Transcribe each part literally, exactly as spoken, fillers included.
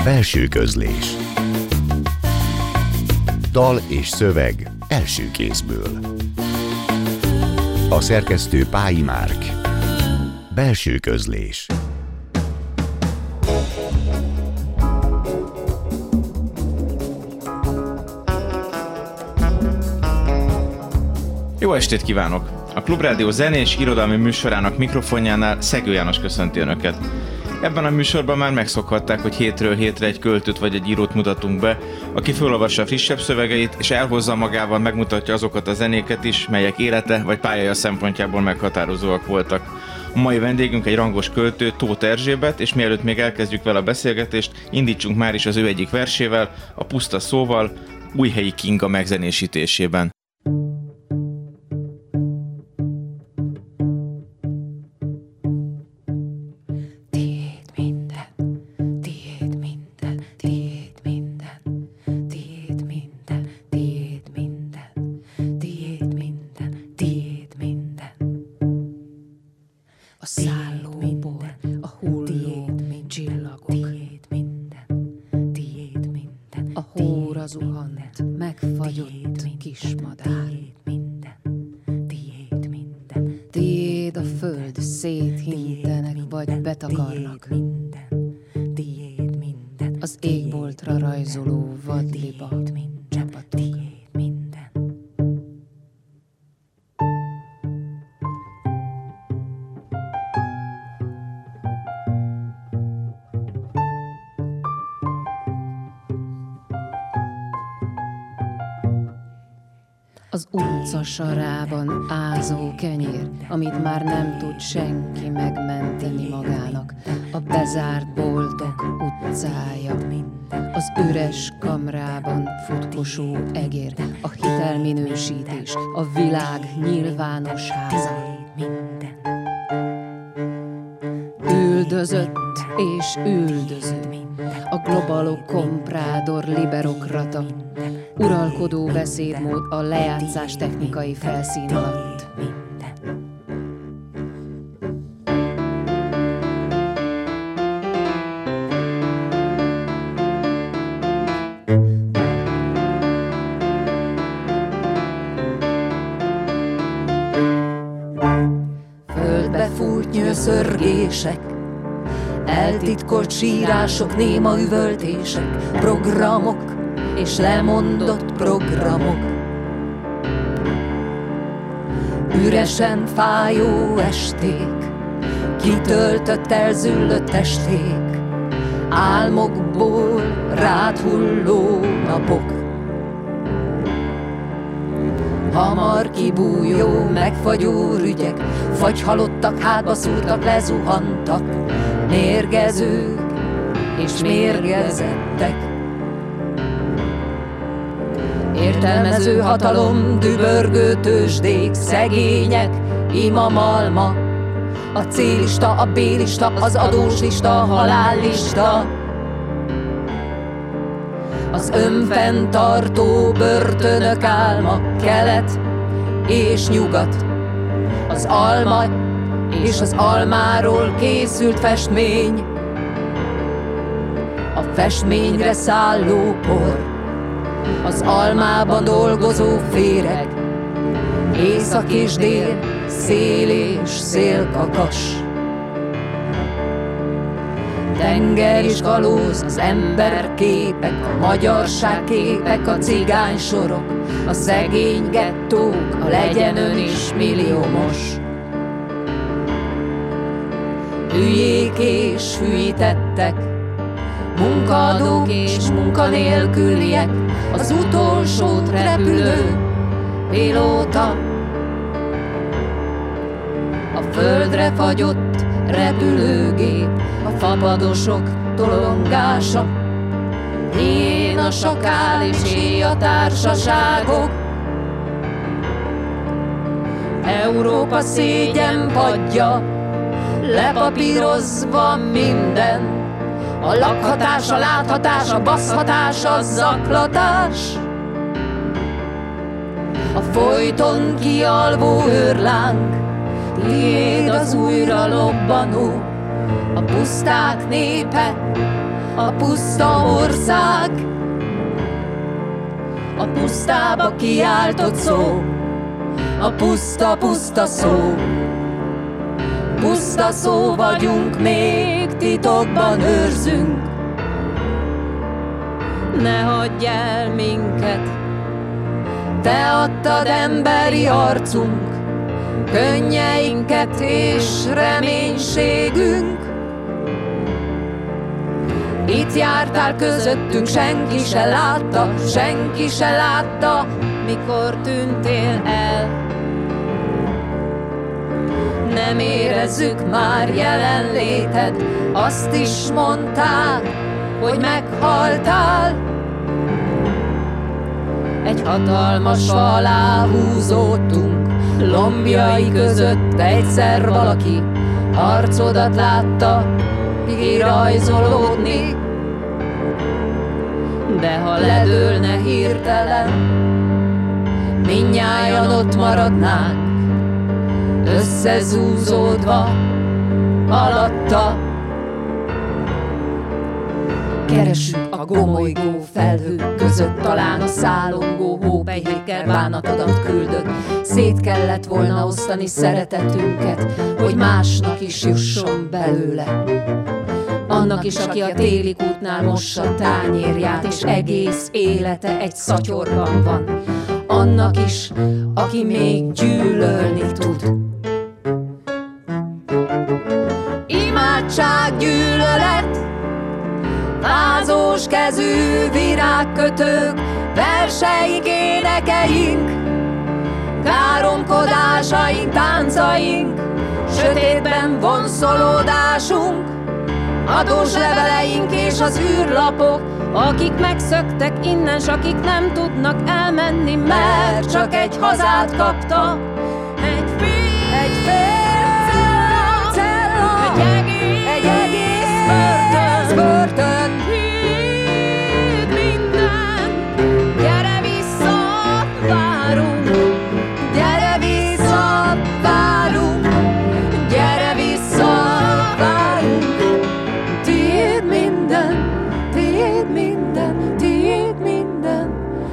Belső közlés. Dal és szöveg első kézből. A szerkesztő Pályi Márk. Belső közlés. Jó estét kívánok! A Klubrádió zenés irodalmi műsorának mikrofonjánál Szegő János köszönti Önöket. Ebben a műsorban már megszokhatták, hogy hétről hétre egy költőt vagy egy írót mutatunk be, aki felolvassa a frissebb szövegeit, és elhozza magával, megmutatja azokat a zenéket is, melyek élete vagy pályája szempontjából meghatározóak voltak. A mai vendégünk egy rangos költő, Tóth Erzsébet, és mielőtt még elkezdjük vele a beszélgetést, indítsunk már is az ő egyik versével, a Puszta szóval, Újhelyi Kinga megzenésítésében. Az égboltra rajzoló vadliba csapatok. Az utca sarában ázó kenyér, amit már nem tud senki megmenteni magának. A bezárt boltok utcája, az üres kamrában futkosó egér, a hitelminősítés, a világ nyilvános háza. Üldözött és üldöző, a globalo comprádor liberokrata, uralkodó beszédmód a lejátszás technikai felszín alatt. Földbe fújt nyőszörgések, eltitkolt sírások, néma üvöltések, programok és lemondott programok. Üresen fájó esték, kitöltött, elzüllött testék, álmokból rád hulló napok. Hamar kibújó, megfagyó rügyek, fagyhalottak, hátba szúrtak, lezuhantak, mérgezők és mérgezettek. Értelmező hatalom, dübörgő tőzsdék, szegények, imamalma, a célista, a bélista, az adóslista, a halállista, az önfenntartó börtönök álma, kelet és nyugat, az alma és az almáról készült festmény, a festményre szálló por, az almában dolgozó féreg, észak és dél, szél és szélkakas. Tenger és galóz, az emberképek, a magyarságképek, a cigánysorok, a szegény gettók, a legyen ön is milliómos. Hülyék és hülyítettek, munkaadók és munkanélküliek, az utolsót repülő pilóta, a földre fagyott repülőgép, a fapadosok tolongása, hiéna, sakál és héja társaságok. Európa szégyen padja, lepapírozva minden, a lakhatás, a láthatás, a baszhatás, a zaklatás, a folyton kialvó őrláng, tiéd az újra lobbanó, a puszták népe, a puszta ország, a pusztába kiáltott szó, a puszta, puszta szó. Puszta szó vagyunk, még titokban őrzünk. Ne hagyj el minket, te adtad emberi arcunk, könnyeinket és reménységünk. Itt jártál közöttünk, senki se látta, senki se látta, mikor tűntél el. Nem érezzük már jelenléted, azt is mondtál, hogy meghaltál. Egy hatalmas fal alá húzódtunk, lombjai között egyszer valaki arcodat látta kirajzolódni. De ha ledőlne hirtelen, mindnyájan ott maradnánk, összezúzódva alatta. Keresünk a gomolygó felhők között, talán a szállongó hópelyhékkel bánatodat küldött. Szét kellett volna osztani szeretetünket, hogy másnak is jusson belőle. Annak is, aki a téli kútnál mossa tányérját, és egész élete egy szatyorban van. Annak is, aki még gyűlölni tud. Imádság, gyűlölet, vázós kezű virágkötők, verseink, énekeink, káromkodásaink, táncaink, sötétben vonszolódásunk, adós leveleink és az űrlapok, akik megszöktek innen, s akik nem tudnak elmenni, mert csak egy hazát kaptak. Egy fél, egy fél cella, cella, egy egész, egy egész börtön, börtön. Hidd minden, gyere vissza, várunk, gyere vissza, várunk, gyere vissza, várunk. Tiéd minden, tiéd minden, tiéd minden,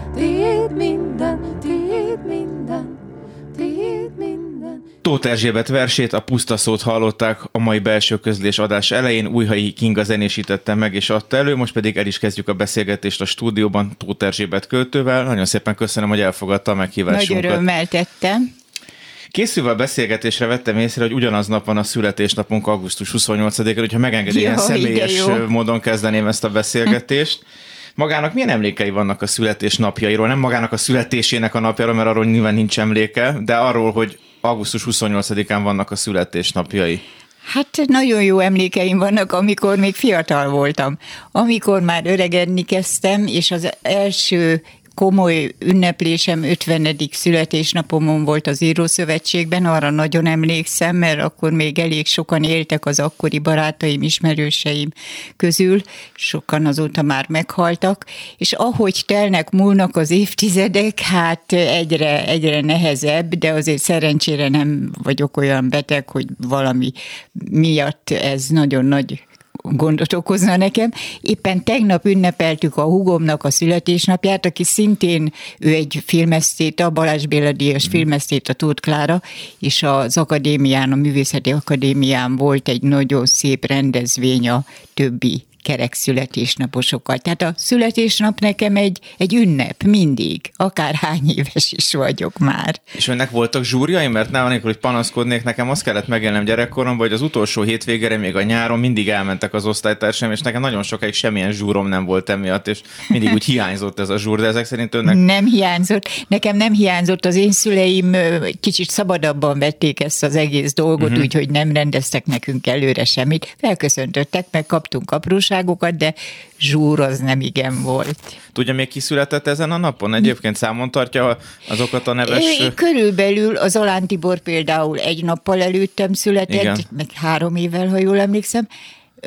tiéd minden, tiéd minden, tiéd minden. Tóth Erzsébet versét, a Puszta szót hallották a mai Belső Közlés adás elején. Újhelyi Kinga zenésítette meg és adta elő, most pedig el is kezdjük a beszélgetést a stúdióban Tóth Erzsébet költővel. Nagyon szépen köszönöm, hogy elfogadta a meghívásunkat. Nagy örömmel tettem. Készülve a beszélgetésre vettem észre, hogy ugyanaznap van a születésnapunk, augusztus huszonnyolcadikán, hogyha megengedi, ilyen személyes módon kezdeném ezt a beszélgetést. Magának milyen emlékei vannak a születésnapjairól? Nem magának a születésének a napjáról, mert arról nyilván nincs emléke, de arról, hogy augusztus huszonnyolcadikán vannak a születésnapjai. Hát nagyon jó emlékeim vannak, amikor még fiatal voltam. Amikor már öregedni kezdtem, és az első komoly ünneplésem ötvenedik születésnapomon volt az Írószövetségben, arra nagyon emlékszem, mert akkor még elég sokan éltek az akkori barátaim, ismerőseim közül, sokan azóta már meghaltak, és ahogy telnek, múlnak az évtizedek, hát egyre, egyre nehezebb, de azért szerencsére nem vagyok olyan beteg, hogy valami miatt ez nagyon nagy gondot okozna nekem. Éppen tegnap ünnepeltük a húgomnak a születésnapját, aki szintén, ő egy filmesztéta, Balázs Béla díjas filmesztéta, Tóth Klára, és az akadémián, a Művészeti Akadémián volt egy nagyon szép rendezvény a többi kerek születésnaposokkal. Tehát a születésnap nekem egy, egy ünnep, mindig, akár hány éves is vagyok már. És önnek voltak zsúrjai? Mert nálam nélkül, hogy panaszkodnék, nekem azt kellett megélnem gyerekkoromban, hogy az utolsó hétvégére, még a nyáron mindig elmentek az osztálytársaim, és nekem nagyon sokáig semmilyen zsúrom nem volt emiatt, és mindig úgy hiányzott ez a zsúr, de ezek szerint önnek... Nem hiányzott. Nekem nem hiányzott. Az én szüleim kicsit szabadabban vették ezt az egész dolgot, uh-huh. úgyhogy nem rendeztek nekünk előre semmit. Felköszöntöttek, meg kaptunk apróságokat, de zsúr az nem igen volt. Tudja, még ki született ezen a napon? Egyébként számon tartja azokat a neves... É, körülbelül az Alán Tibor például egy nappal előttem született, igen. meg három évvel, ha jól emlékszem.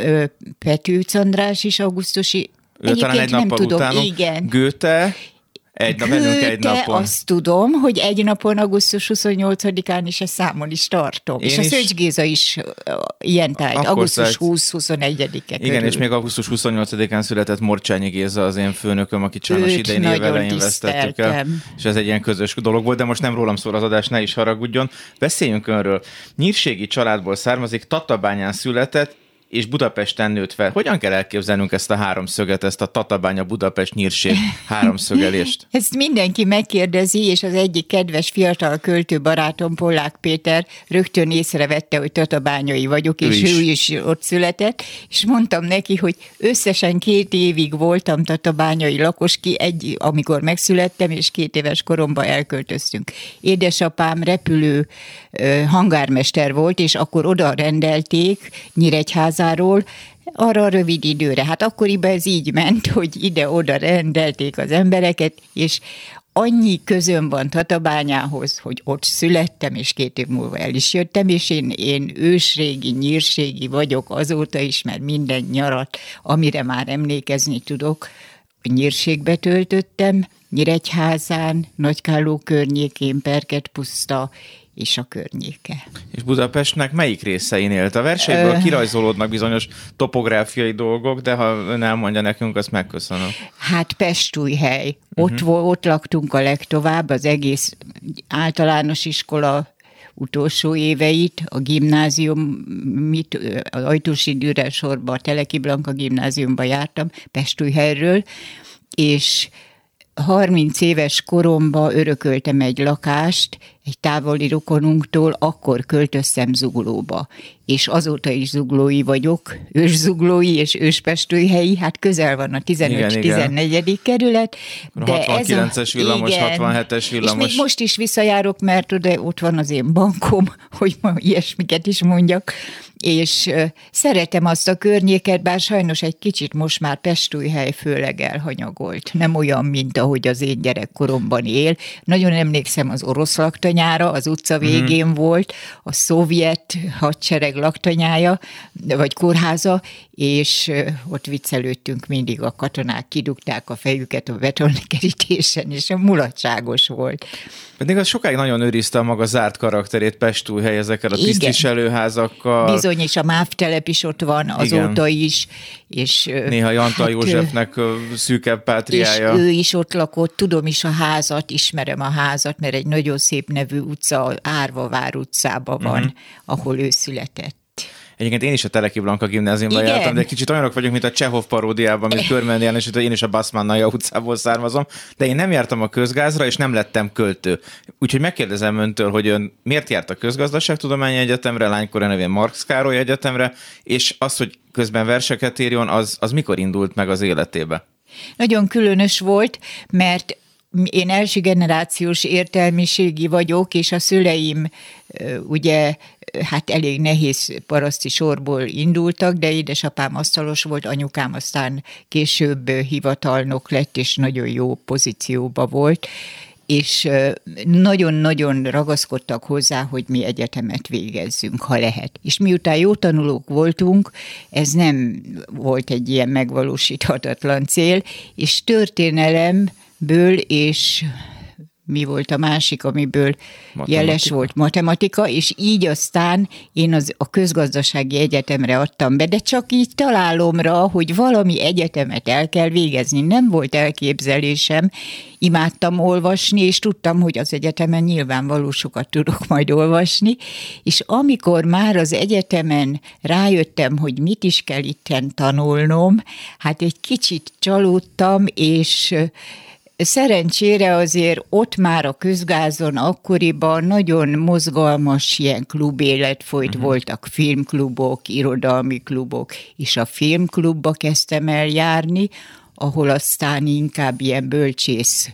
Petőc András is augusztusi. Ő talán egy nappal tudom, utánunk. igen. Goethe... Egy nap, bennünk egy napon. Azt tudom, hogy egy napon, augusztus huszonnyolcadikán is, a számon is tartom. Én és is... a Szőcs Géza is ilyen tájt, augusztus huszonegyedike körül. Igen, és még augusztus huszonnyolcadikán született Morcsányi Géza, az én főnököm, akit sajnos idején évelején vesztettük el. És ez egy ilyen közös dolog volt, de most nem rólam szól az adás, ne is haragudjon. Beszéljünk önről. Nyírségi családból származik, Tatabányán született, és Budapesten nőtt fel. Hogyan kell elképzelnünk ezt a háromszöget, ezt a Tatabánya-Budapest-Nyírség háromszögelést? Ezt mindenki megkérdezi, és az egyik kedves fiatal költő barátom, Pollák Péter rögtön észrevette, hogy tatabányai vagyok, és ő is. ő is ott született, és mondtam neki, hogy összesen két évig voltam tatabányai lakos, ki egy, amikor megszülettem, és két éves koromban elköltöztünk. Édesapám repülő hangármester volt, és akkor oda rendelték Nyíregyházáról arra a rövid időre. Hát akkoriban ez így ment, hogy ide-oda rendelték az embereket, és annyi közöm van Tatabányához, hogy ott születtem, és két év múlva el is jöttem, és én, én ősrégi, nyírségi vagyok azóta is, mert minden nyarat, amire már emlékezni tudok, Nyírségbe töltöttem, Nyíregyházán, Nagykálló környékén, Perkett-puszta, és a környéke. És Budapestnek melyik részein élt? A verseiből kirajzolódnak bizonyos topográfiai dolgok, de ha ön elmondja nekünk, azt megköszönöm. Hát Pestújhely. Uh-huh. Ott, ott laktunk a legtovább, az egész általános iskola utolsó éveit, a gimnázium, mit, az Ajtósi Dürer sorba, a Teleki Blanka gimnáziumba jártam, Pestújhelyről, és harminc éves koromban örököltem egy lakást egy távoli rokonunktól, akkor költöztem Zuglóba. És azóta is zuglói vagyok, őszuglói és őspestőhelyi, hát közel van a tizenöt-tizennegyedik kerület. De hatvankilences villamos, igen, hatvanhetes villamos. És még most is visszajárok, mert oda, ott van az én bankom, hogy ma ilyesmiket is mondjak, és uh, szeretem azt a környéket, bár sajnos egy kicsit most már Pestújhely főleg elhanyagolt. Nem olyan, mint ahogy az én gyerekkoromban él. Nagyon emlékszem az orosz laktanyára, az utca végén mm. volt, a szovjet hadsereg laktanyája, vagy kórháza, és ott viccelődtünk mindig, a katonák kidugták a fejüket a betonkerítésen, és a mulatságos volt. Pedig az sokáig nagyon őrizte a maga zárt karakterét Pestújhely ezekkel a tisztviselőházakkal. Bizony, és a MÁV telep is ott van azóta igen. is. És, néha Jantal hát, Józsefnek szűkebb pátriája. És ő is ott lakott, tudom is a házat, ismerem a házat, mert egy nagyon szép nevű utca, Árvavár utcában van, uh-huh. ahol ő született. Egyébként én is a Teleki Blanka gimnáziumban igen. jártam, de kicsit olyanok vagyunk, mint a Csehov paródiában, mint Körmend János, hogy én is a Baszmánnaja utcából származom, de én nem jártam a közgázra, és nem lettem költő. Úgyhogy megkérdezem öntől, hogy ön miért járt a Közgazdaságtudományi Egyetemre, lánykora nevén Marx Károly Egyetemre, és az, hogy közben verseket írjon, az, az mikor indult meg az életébe? Nagyon különös volt, mert én első generációs értelmiségi vagyok, és a szüleim ugye hát elég nehéz paraszti sorból indultak, de édesapám asztalos volt, anyukám aztán később hivatalnok lett, és nagyon jó pozícióba volt, és nagyon-nagyon ragaszkodtak hozzá, hogy mi egyetemet végezzünk, ha lehet. És miután jó tanulók voltunk, ez nem volt egy ilyen megvalósíthatatlan cél, és történelemből és mi volt a másik, amiből matematika. Jeles volt matematika, és így aztán én az, a közgazdasági egyetemre adtam be, de csak így találomra, hogy valami egyetemet el kell végezni. Nem volt elképzelésem, imádtam olvasni, és tudtam, hogy az egyetemen nyilvánvaló sokat tudok majd olvasni, és amikor már az egyetemen rájöttem, hogy mit is kell itten tanulnom, hát egy kicsit csalódtam, és szerencsére azért ott már a közgázon akkoriban nagyon mozgalmas ilyen klubélet folyt, uh-huh. voltak filmklubok, irodalmi klubok, és a filmklubba kezdtem el járni, ahol aztán inkább ilyen bölcsész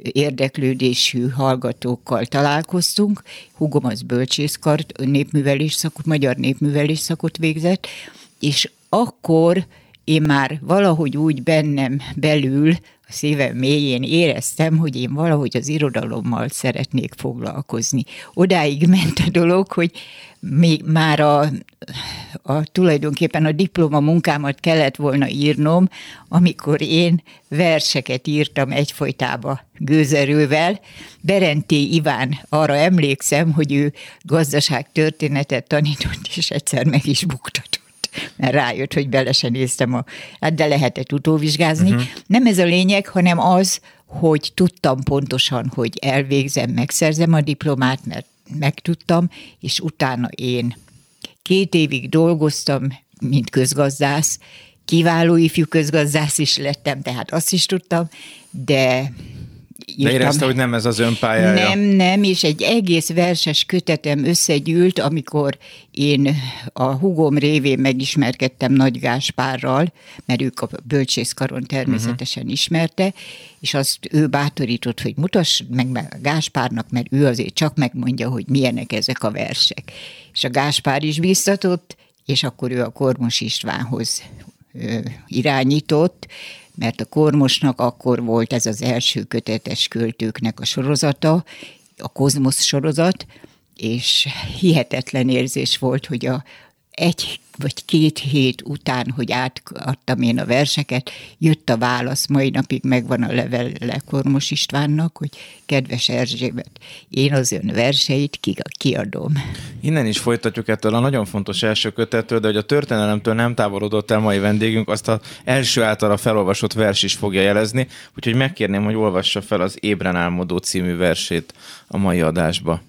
érdeklődésű hallgatókkal találkoztunk. Húgom az bölcsészkart, népművelés szakot, magyar népművelés szakot végzett, és akkor én már valahogy úgy bennem belül a szívem mélyén éreztem, hogy én valahogy az irodalommal szeretnék foglalkozni. Odáig ment a dolog, hogy még már a, a tulajdonképpen a diplomamunkámat kellett volna írnom, amikor én verseket írtam egyfolytában gőzerővel. Berenté Iván, arra emlékszem, hogy ő gazdaságtörténetet tanított, és egyszer meg is buktatott, mert rájött, hogy bele se néztem, a, hát de lehetett utóvizsgázni. Uh-huh. Nem ez a lényeg, hanem az, hogy tudtam pontosan, hogy elvégzem, megszerzem a diplomát, mert megtudtam, és utána én két évig dolgoztam, mint közgazdász, kiváló ifjú közgazdász is lettem, tehát azt is tudtam, de írtam. De érezte, hogy nem ez az önpályája? Nem, nem, és egy egész verses kötetem összegyűlt, amikor én a húgom révén megismerkedtem Nagy Gáspárral, mert ők a bölcsészkaron természetesen uh-huh. ismerte, és azt ő bátorított, hogy mutass meg a Gáspárnak, mert ő azért csak megmondja, hogy milyenek ezek a versek. És a Gáspár is biztatott, és akkor ő a Kormos Istvánhoz ö, irányított, mert a Kormosnak akkor volt ez az első kötetes költőknek a sorozata, a Kozmosz sorozat, és hihetetlen érzés volt, hogy a egy vagy két hét után, hogy átadtam én a verseket, jött a válasz, mai napig megvan a levele Kormos Istvánnak, hogy kedves Erzsébet, én az ön verseit kiadom. Innen is folytatjuk ettől a nagyon fontos első kötettől, de hogy a történelemtől nem távolodott el mai vendégünk, azt az első általa felolvasott vers is fogja jelezni, úgyhogy megkérném, hogy olvassa fel az Ébren álmodó című versét a mai adásba.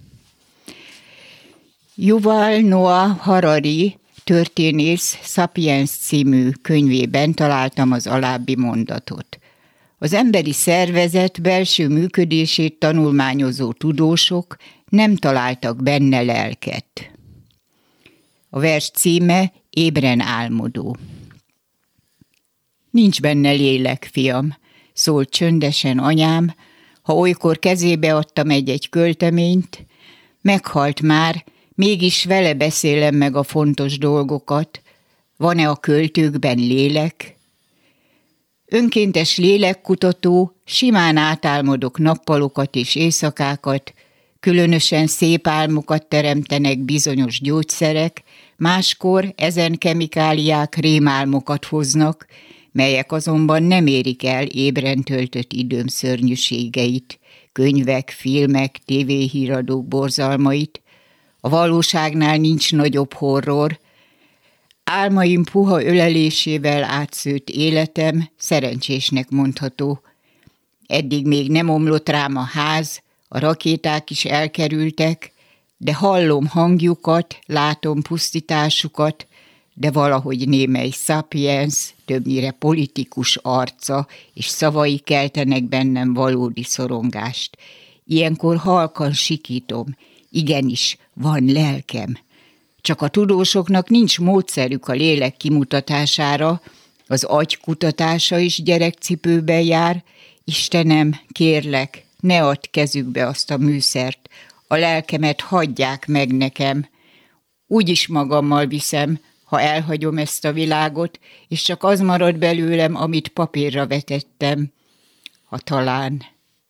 Yuval Noah Harari történész Sapiens című könyvében találtam az alábbi mondatot. Az emberi szervezet belső működését tanulmányozó tudósok nem találtak benne lelket. A vers címe Ébren álmodó. Nincs benne lélek, fiam, szólt csöndesen anyám, ha olykor kezébe adtam egy-egy költeményt, meghalt már, mégis vele beszélem meg a fontos dolgokat. Van-e a költőkben lélek? Önkéntes lélekkutató, simán átálmodok nappalokat és éjszakákat, különösen szép álmokat teremtenek bizonyos gyógyszerek, máskor ezen kemikáliák rémálmokat hoznak, melyek azonban nem érik el ébren töltött időm szörnyűségeit, könyvek, filmek, tévéhíradók borzalmait. A valóságnál nincs nagyobb horror. Álmaim puha ölelésével átszőtt életem szerencsésnek mondható. Eddig még nem omlott rám a ház, a rakéták is elkerültek, de hallom hangjukat, látom pusztításukat, de valahogy némely Sapiens, többnyire politikus arca és szavai keltenek bennem valódi szorongást. Ilyenkor halkan sikítom, igenis, van lelkem. Csak a tudósoknak nincs módszerük a lélek kimutatására, az agy kutatása is gyerekcipőben jár. Istenem, kérlek, ne add kezükbe azt a műszert, a lelkemet hagyják meg nekem. Úgyis magammal viszem, ha elhagyom ezt a világot, és csak az marad belőlem, amit papírra vetettem. Ha talán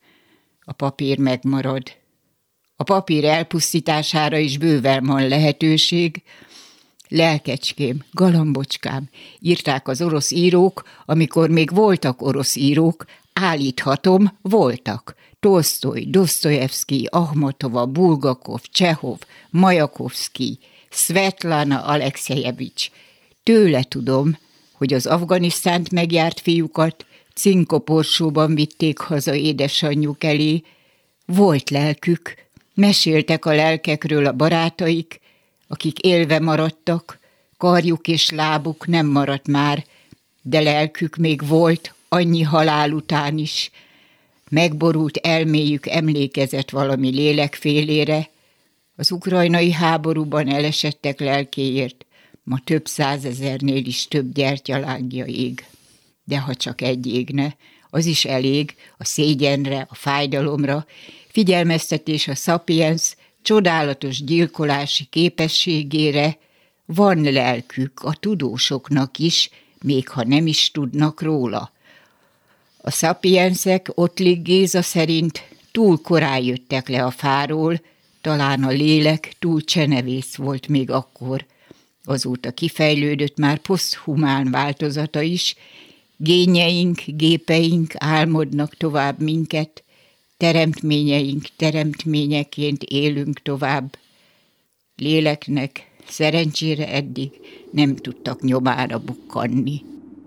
a papír megmarad. A papír elpusztítására is bőven van lehetőség. Lelkecském, galambocskám, írták az orosz írók, amikor még voltak orosz írók, állíthatom, voltak. Tolsztoj, Dosztojevszkij, Ahmatova, Bulgakov, Csehov, Majakovszkij, Szvetlana Alexejevics. Tőle tudom, hogy az Afganisztánt megjárt fiúkat cinkoporsóban vitték haza édesanyjuk elé. Volt lelkük, meséltek a lelkekről a barátaik, akik élve maradtak, karjuk és lábuk nem maradt már, de lelkük még volt annyi halál után is. Megborult elméjük emlékezett valami lélekfélére. Az ukrajnai háborúban elesettek lelkéért, ma több százezernél is több gyertyalángja ég. De ha csak egy égne, az is elég a szégyenre, a fájdalomra, figyelmeztetés a Sapiens csodálatos gyilkolási képességére. Van lelkük a tudósoknak is, még ha nem is tudnak róla. A szapienszek Ottlik Géza szerint túl korán jöttek le a fáról, talán a lélek túl csenevész volt még akkor. Azóta kifejlődött már poszthumán változata is, génjeink, gépeink álmodnak tovább minket, teremtményeink teremtményeként élünk tovább. Léleknek szerencsére eddig nem tudtak nyomára bukkanni.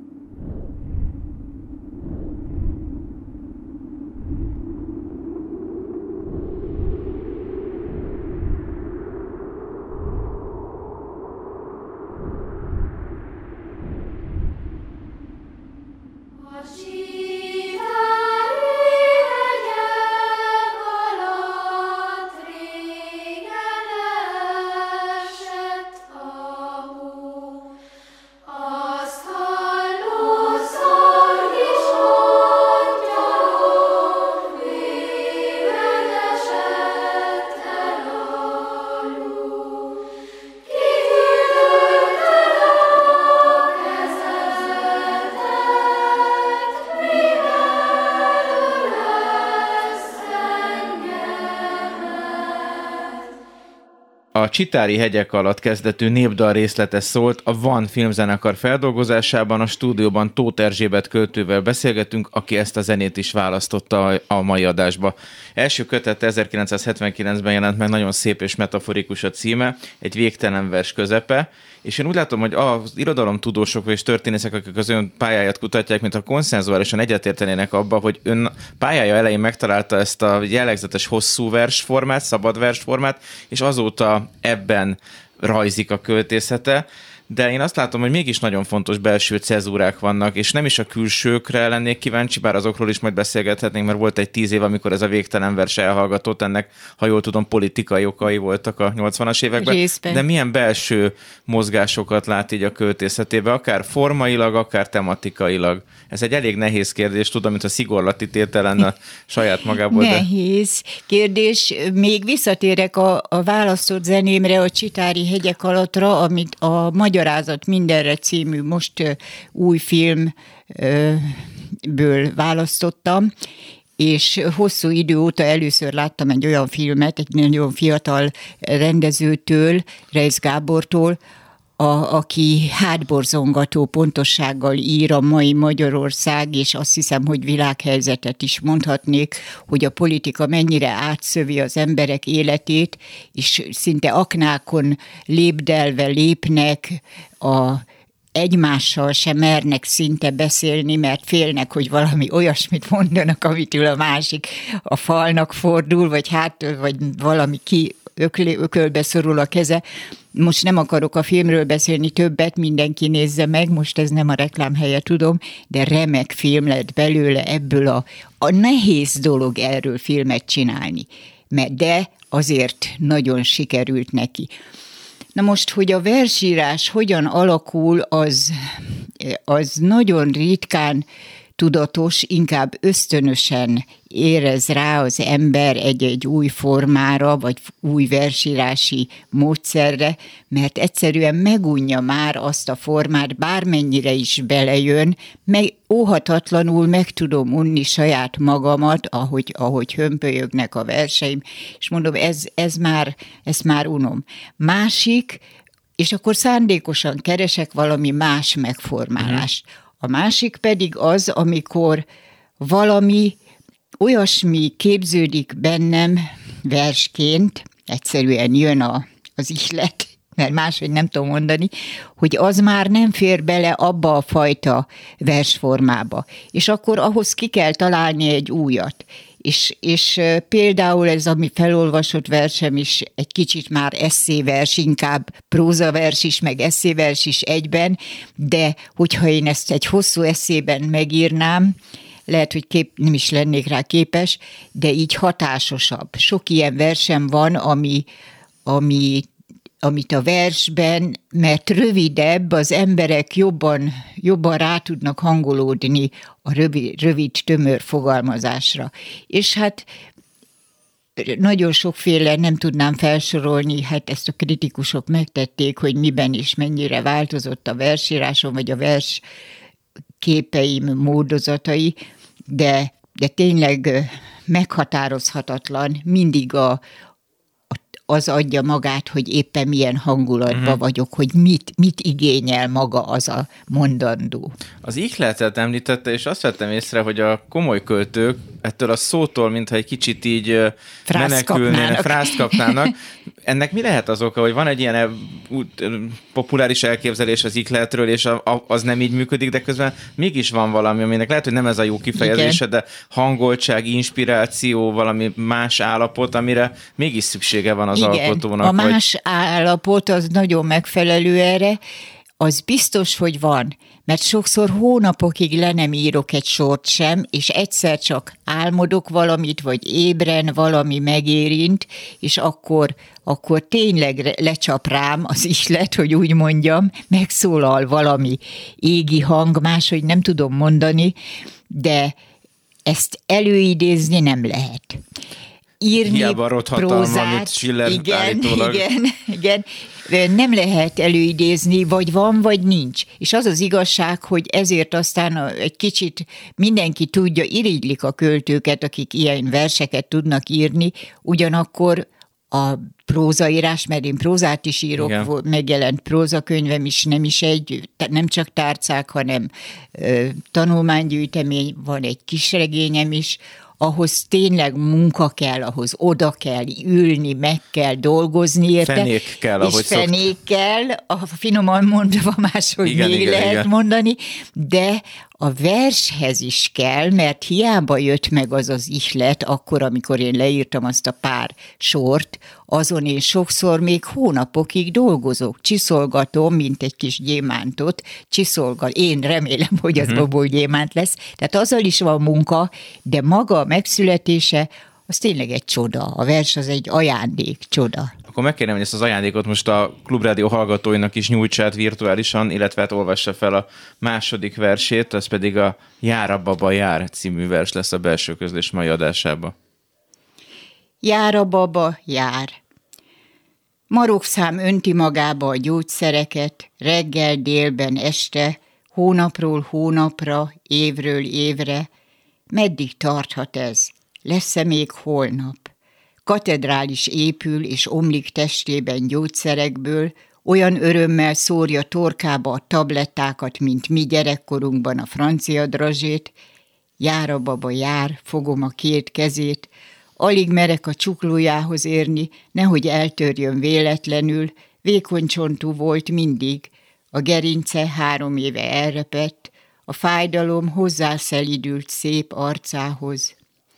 A Csitári hegyek alatt kezdetű népdal részlete szólt a Van filmzenekar feldolgozásában. A stúdióban Tóth Erzsébet költővel beszélgetünk, aki ezt a zenét is választotta a mai adásba. Első kötete ezerkilencszázhetvenkilencben jelent meg, nagyon szép és metaforikus a címe, egy végtelen vers közepe, és én úgy látom, hogy az irodalomtudósok és történészek, akik az ön pályáját kutatják, mint a konszenzuálisan egyetértenének abba, hogy ön pályája elején megtalálta ezt a jellegzetes hosszú versformát, szabad versformát, és azóta ebben rajzik a költészete. De én azt látom, hogy mégis nagyon fontos belső cezúrák vannak, és nem is a külsőkre lennék kíváncsi, bár azokról is majd beszélgethetnénk, mert volt egy tíz év, amikor ez a végtelen vers elhallgatott, ennek, ha jól tudom, politikai okai voltak a nyolcvanas években. Részben. De milyen belső mozgásokat lát így a költészetében, akár formailag, akár tematikailag? Ez egy elég nehéz kérdés, tudom, mint a szigorlati tétel lenne saját magából. Nehéz de... kérdés. Még visszatérek a, a választott zenémre, a Csitári hegyek alattra, amit a Magyarázat mindenre című most uh, új filmből választottam, és hosszú idő óta először láttam egy olyan filmet, egy nagyon fiatal rendezőtől, Reisz Gábortól, A, aki hátborzongató pontossággal ír a mai Magyarország, és azt hiszem, hogy világhelyzetet is mondhatnék, hogy a politika mennyire átszövi az emberek életét, és szinte aknákon lépdelve lépnek, a egymással sem mernek szinte beszélni, mert félnek, hogy valami olyasmit mondanak, amitől a másik a falnak fordul, vagy hát, vagy valami ki öklé, ökölbe szorul a keze. Most nem akarok a filmről beszélni többet, mindenki nézze meg, most ez nem a reklám helye, tudom, de remek film lett belőle, ebből a, a nehéz dolog erről filmet csinálni, mert de azért nagyon sikerült neki. Na most, hogy a versírás hogyan alakul, az, az nagyon ritkán tudatos, inkább ösztönösen érez rá az ember egy-egy új formára, vagy új versírási módszerre, mert egyszerűen megunja már azt a formát, bármennyire is belejön, meg óhatatlanul meg tudom unni saját magamat, ahogy, ahogy hömpölyögnek a verseim, és mondom, ez, ez már, ezt már unom. Másik, és akkor szándékosan keresek valami más megformálást. A másik pedig az, amikor valami olyasmi képződik bennem versként, egyszerűen jön a, az ihlet, mert máshogy nem tudom mondani, hogy az már nem fér bele abba a fajta versformába. És akkor ahhoz ki kell találni egy újat. És, és például ez, ami felolvasott versem is egy kicsit már esszévers, inkább prózavers is, meg esszévers is egyben, de hogyha én ezt egy hosszú esszében megírnám, lehet, hogy kép, nem is lennék rá képes, de így hatásosabb. Sok ilyen versem van, ami, ami, amit a versben, mert rövidebb, az emberek jobban, jobban rá tudnak hangolódni a rövid, rövid, tömör fogalmazásra. És hát nagyon sokféle, nem tudnám felsorolni, hát ezt a kritikusok megtették, hogy miben és mennyire változott a versírásom, vagy a vers képeim módozatai, de, de tényleg meghatározhatatlan, mindig a, az adja magát, hogy éppen milyen hangulatban uh-huh. vagyok, hogy mit, mit igényel maga az a mondandó. Az ihletet említette, és azt vettem észre, hogy a komoly költők ettől a szótól, mintha egy kicsit így frászt menekülnének, kapnának. frászt kapnának. Ennek mi lehet az oka, hogy van egy ilyen populáris elképzelés az ihletről, és a, a, az nem így működik, de közben mégis van valami, aminek lehet, hogy nem ez a jó kifejezése, de hangoltság, inspiráció, valami más állapot, amire mégis szüksége van az Igen, alkotónak. a más vagy... állapot az nagyon megfelelő erre, az biztos, hogy van, mert sokszor hónapokig le nem írok egy sort sem, és egyszer csak álmodok valamit, vagy ébren valami megérint, és akkor, akkor tényleg lecsap rám az ihlet, hogy úgy mondjam, megszólal valami égi hang, máshogy nem tudom mondani, de ezt előidézni nem lehet. Írni hiába rothatalma, prózát, amit Schiller igen, állítólag. igen, igen, nem lehet előidézni, vagy van, vagy nincs. És az az igazság, hogy ezért aztán egy kicsit mindenki tudja, irigylik a költőket, akik ilyen verseket tudnak írni, ugyanakkor a prózaírás, mert én prózát is írok, igen. megjelent prózakönyvem is, nem is egy, nem csak tárcák, hanem ö, tanulmánygyűjtemény, van egy kisregényem is, ahhoz tényleg munka kell, ahhoz oda kell ülni, meg kell dolgozni érte. Fenék kell, ahogy És fenék szokt... kell, a finoman mondva máshogy igen, még igen, lehet igen. mondani, de a vershez is kell, mert hiába jött meg az az ihlet, akkor, amikor én leírtam azt a pár sort, azon én sokszor még hónapokig dolgozok, csiszolgatom, mint egy kis gyémántot, csiszolgat, én remélem, hogy az uh-huh. abból gyémánt lesz, tehát azzal is van munka, de maga a megszületése, az tényleg egy csoda, a vers az egy ajándék, csoda. Akkor megkérem, hogy ezt az ajándékot most a Klubrádió hallgatóinak is nyújtsát virtuálisan, illetve hát olvassa fel a második versét, az pedig a Jár a baba, jár című vers lesz a Belső Közlés mai adásában. Jár a baba, jár. Marokszám önti magába a gyógyszereket, reggel, délben, este, hónapról hónapra, évről évre. Meddig tarthat ez? Lesz-e még holnap? Katedrális épül és omlik testében gyógyszerekből, olyan örömmel szórja torkába a tablettákat, mint mi gyerekkorunkban a francia drazsét. Jár a baba, jár, fogom a két kezét, alig merek a csuklójához érni, nehogy eltörjön véletlenül, vékony csontú volt mindig, a gerince három éve elrepett, a fájdalom hozzászelidült szép arcához.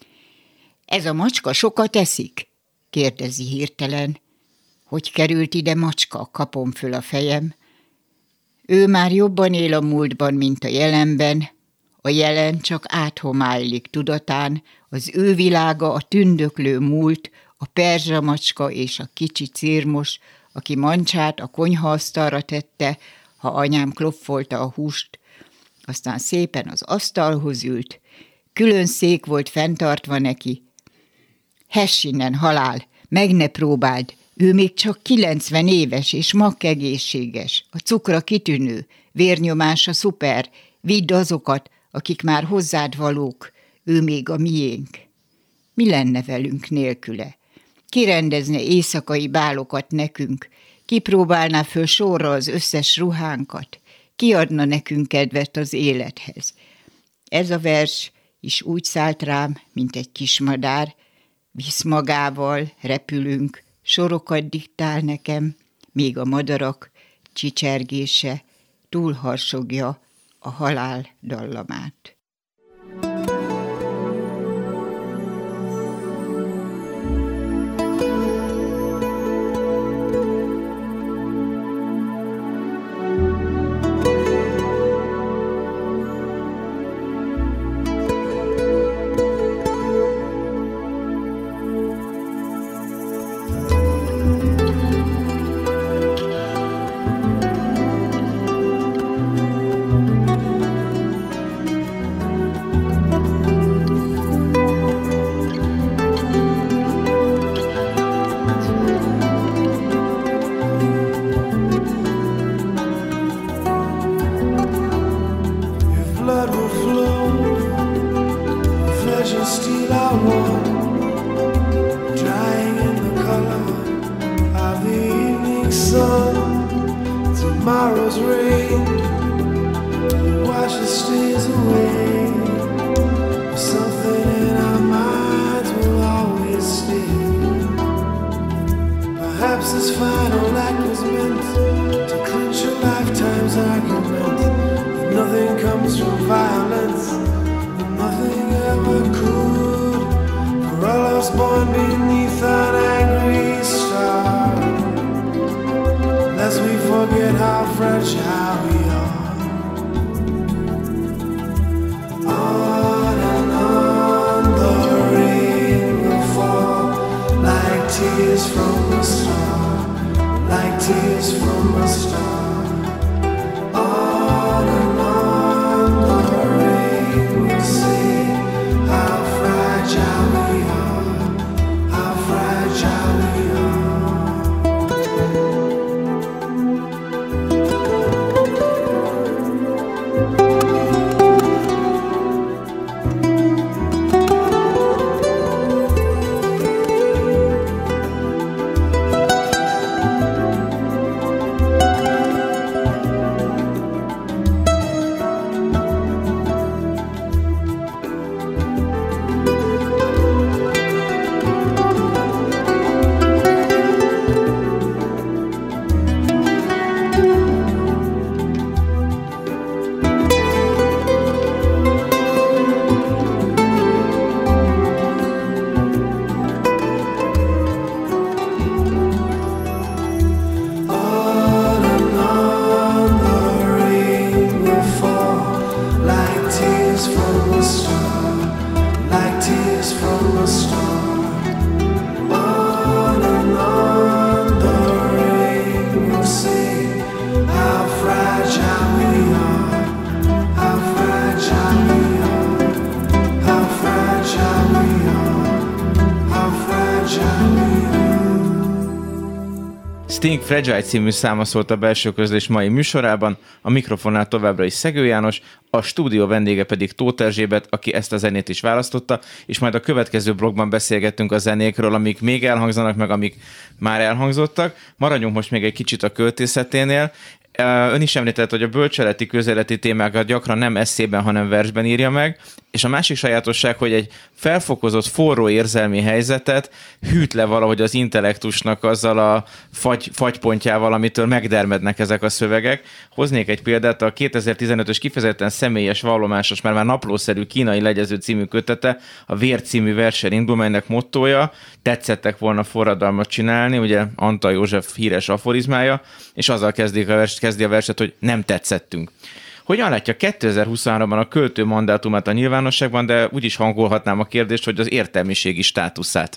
Ez a macska sokat eszik? Kérdezi hirtelen. Hogy került ide macska? Kapom föl a fejem. Ő már jobban él a múltban, mint a jelenben. A jelen csak áthomálylik tudatán, az ő világa a tündöklő múlt, a perzsa macska és a kicsi cirmos, aki mancsát a konyhaasztalra tette, ha anyám klopfolta a húst, aztán szépen az asztalhoz ült, külön szék volt fenntartva neki. Hess innen, halál, meg ne próbáld, ő még csak kilencven éves és makkegészséges, a cukra kitűnő, vérnyomása szuper, vidd azokat, akik már hozzád valók, ő még a miénk. Mi lenne velünk nélküle? Ki rendezne éjszakai bálokat nekünk? Ki próbálná föl sorra az összes ruhánkat? Ki adna nekünk kedvet az élethez? Ez a vers is úgy szállt rám, mint egy kismadár, visz magával, repülünk, sorokat diktál nekem, míg a madarak csicsergése túlharsogja a halál dallamát. feel I want, drying in the color of the evening sun. Tomorrow's rain washes stays away. Something in our minds will always stay. Perhaps this final act was meant to clinch a lifetime's argument that nothing comes from violence, and nothing ever could. For all of us born beneath an angry star, lest we forget how fragile we are. On and on the rain will fall like tears from a star, like tears from a star. On and on the rain will say how fragile we are, how fragile we are. Sting Fragile című száma szólt a Belső Közlés mai műsorában, a mikrofonnál továbbra is Szegő János, a stúdió vendége pedig Tóth Erzsébet, aki ezt a zenét is választotta, és majd a következő blogban beszélgettünk a zenékről, amik még elhangzanak, meg amik már elhangzottak. Maradjunk most még egy kicsit a költészeténél. Ön is említett, hogy a bölcseleti, közéleti témákat gyakran nem esszében, hanem versben írja meg, és a másik sajátosság, hogy egy felfokozott, forró érzelmi helyzetet hűt le valahogy az intellektusnak azzal a fagy, fagypontjával, amitől megdermednek ezek a szövegek. Hoznék egy példát, a kétezer-tizenötös kifejezetten személyes, vallomásos, már már naplószerű Kínai legyező című kötete, a Vér című verssel indul, melynek mottója, tetszettek volna forradalmat csinálni, ugye Antal József híres aforizmája, és azzal kezdik a vers, kezdi a verset, hogy nem tetszettünk. Hogyan látja kétezer-huszonháromban a költő mandátumát a nyilvánosságban, de úgy is hangolhatnám a kérdést, hogy az értelmiségi státuszát?